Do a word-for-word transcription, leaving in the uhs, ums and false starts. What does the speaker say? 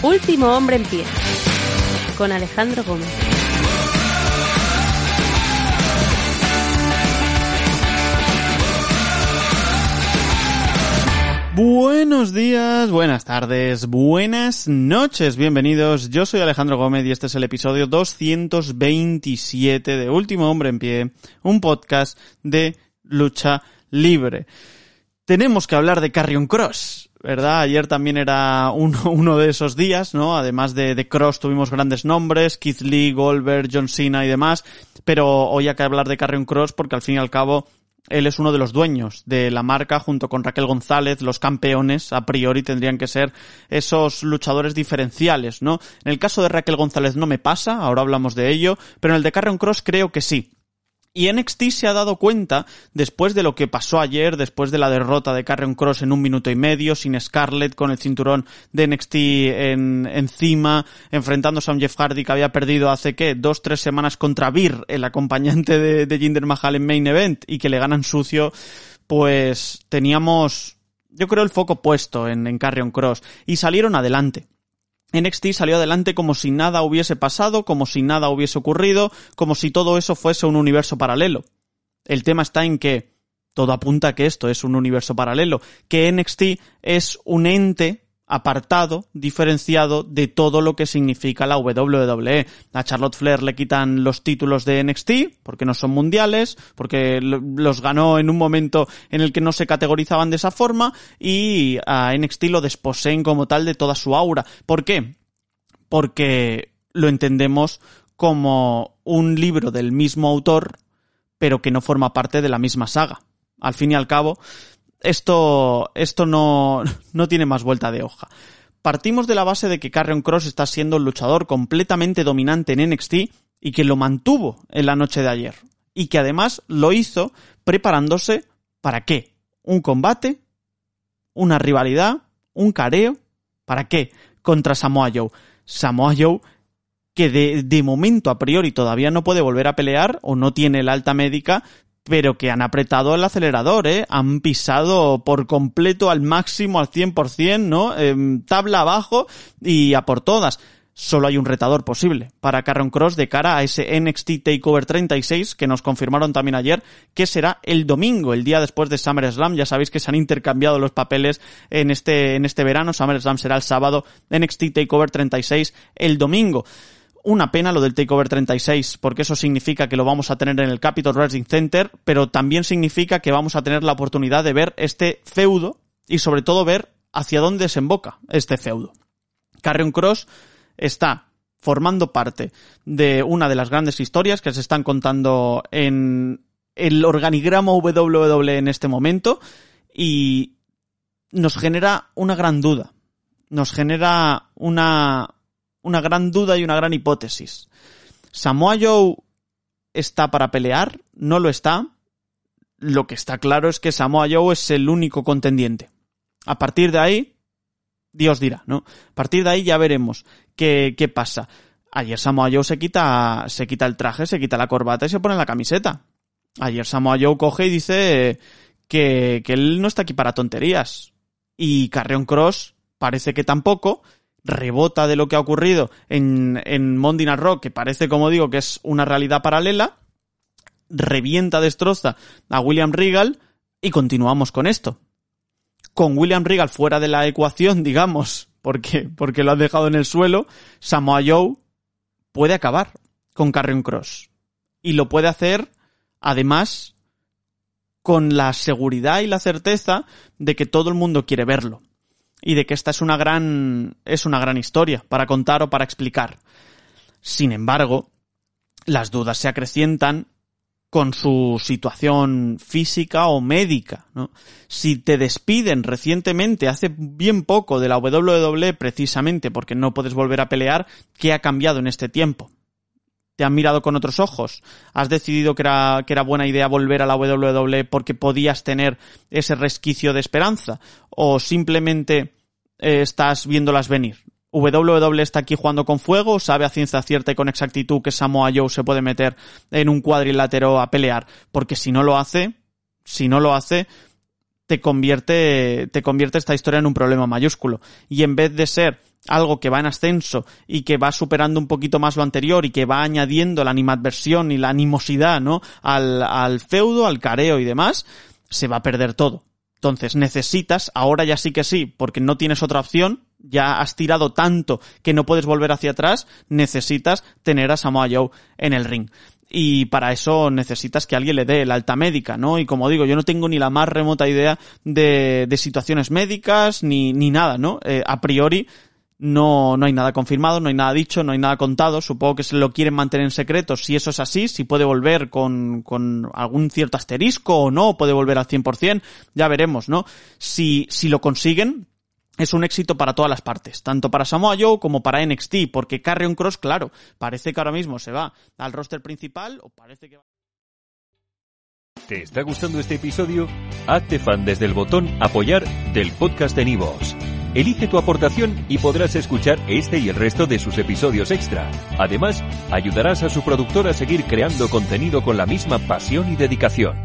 Último hombre en pie, con Alejandro Gómez. Buenos días, buenas tardes, buenas noches, bienvenidos. Yo soy Alejandro Gómez y este es el episodio doscientos veintisiete de Último Hombre en Pie, un podcast de lucha libre. Tenemos que hablar de Karrion Kross, ¿verdad? Ayer también era uno, uno de esos días, ¿no? Además de, de Kross tuvimos grandes nombres, Keith Lee, Goldberg, John Cena y demás, pero hoy hay que hablar de Karrion Kross porque al fin y al cabo él es uno de los dueños de la marca junto con Raquel González. Los campeones a priori tendrían que ser esos luchadores diferenciales, ¿no? En el caso de Raquel González no me pasa, ahora hablamos de ello, pero en el de Karrion Kross creo que sí. Y N X T se ha dado cuenta, después de lo que pasó ayer, después de la derrota de Karrion Kross en un minuto y medio, sin Scarlett, con el cinturón de N X T en, encima, enfrentándose a un Jeff Hardy que había perdido hace, ¿qué?, dos, tres semanas contra Veer, el acompañante de, de Jinder Mahal en Main Event, y que le ganan sucio, pues teníamos, yo creo, el foco puesto en, en Karrion Kross, y salieron adelante. N X T salió adelante como si nada hubiese pasado, como si nada hubiese ocurrido, como si todo eso fuese un universo paralelo. El tema está en que todo apunta a que esto es un universo paralelo, que N X T es un ente apartado, diferenciado de todo lo que significa la W W E. A Charlotte Flair le quitan los títulos de N X T porque no son mundiales, porque los ganó en un momento en el que no se categorizaban de esa forma, y a N X T lo desposeen como tal de toda su aura. ¿Por qué? Porque lo entendemos como un libro del mismo autor, pero que no forma parte de la misma saga. Al fin y al cabo, Esto, esto no, no tiene más vuelta de hoja. Partimos de la base de que Karrion Kross está siendo un luchador completamente dominante en N X T y que lo mantuvo en la noche de ayer. Y que además lo hizo preparándose ¿para qué? ¿Un combate? ¿Una rivalidad? ¿Un careo? ¿Para qué? Contra Samoa Joe. Samoa Joe que de, de momento a priori todavía no puede volver a pelear o no tiene el alta médica, pero que han apretado el acelerador, ¿eh? Han pisado por completo al máximo, al cien por ciento, ¿no? Eh, tabla abajo y a por todas. Solo hay un retador posible para Karrion Kross de cara a ese N X T TakeOver treinta y seis que nos confirmaron también ayer, que será el domingo, el día después de SummerSlam. Ya sabéis que se han intercambiado los papeles en este, en este verano. SummerSlam será el sábado, N X T TakeOver treinta y seis el domingo. Una pena lo del TakeOver treinta y seis, porque eso significa que lo vamos a tener en el Capitol Wrestling Center, pero también significa que vamos a tener la oportunidad de ver este feudo y sobre todo ver hacia dónde desemboca este feudo. Karrion Kross está formando parte de una de las grandes historias que se están contando en el organigrama W W E en este momento y nos genera una gran duda, nos genera una... una gran duda y una gran hipótesis. ¿Samoa Joe está para pelear? ¿No lo está? Lo que está claro es que Samoa Joe es el único contendiente. A partir de ahí, Dios dirá, ¿no? A partir de ahí ya veremos qué, qué pasa. Ayer Samoa Joe se quita, se quita el traje, se quita la corbata y se pone la camiseta. Ayer Samoa Joe coge y dice que, que él no está aquí para tonterías. Y Karrion Kross parece que tampoco. Rebota de lo que ha ocurrido en, en Monday Night Raw, que parece, como digo, que es una realidad paralela, revienta, destroza a William Regal y continuamos con esto. Con William Regal fuera de la ecuación, digamos, porque, porque lo has dejado en el suelo, Samoa Joe puede acabar con Karrion Kross. Y lo puede hacer, además, con la seguridad y la certeza de que todo el mundo quiere verlo. Y de que esta es una gran, es una gran historia para contar o para explicar. Sin embargo, las dudas se acrecientan con su situación física o médica, ¿no? Si te despiden recientemente, hace bien poco, de la W W E precisamente porque no puedes volver a pelear, ¿qué ha cambiado en este tiempo? ¿Te han mirado con otros ojos? ¿Has decidido que era, que era buena idea volver a la W W E porque podías tener ese resquicio de esperanza? ¿O simplemente eh, estás viéndolas venir? W W E está aquí jugando con fuego, sabe a ciencia cierta y con exactitud que Samoa Joe se puede meter en un cuadrilátero a pelear, porque si no lo hace, si no lo hace, te convierte, te convierte esta historia en un problema mayúsculo. Y en vez de ser algo que va en ascenso y que va superando un poquito más lo anterior y que va añadiendo la animadversión y la animosidad, ¿no? Al, al feudo, al careo y demás, se va a perder todo. Entonces necesitas, ahora ya sí que sí, porque no tienes otra opción, ya has tirado tanto que no puedes volver hacia atrás, necesitas tener a Samoa Joe en el ring. Y para eso necesitas que alguien le dé la alta médica, ¿no? Y como digo, yo no tengo ni la más remota idea de, de situaciones médicas ni, ni nada, ¿no? Eh, a priori no, no hay nada confirmado, no hay nada dicho, no hay nada contado. Supongo que se lo quieren mantener en secreto. Si eso es así, si puede volver con, con algún cierto asterisco o no, puede volver al cien por ciento, ya veremos, ¿no? Si, si lo consiguen, es un éxito para todas las partes, tanto para Samoa Joe como para N X T, porque Karrion Kross, claro, parece que ahora mismo se va al roster principal o parece que va... ¿Te está gustando este episodio? Hazte fan desde el botón Apoyar del podcast de Nivos. Elige tu aportación y podrás escuchar este y el resto de sus episodios extra. Además, ayudarás a su productor a seguir creando contenido con la misma pasión y dedicación.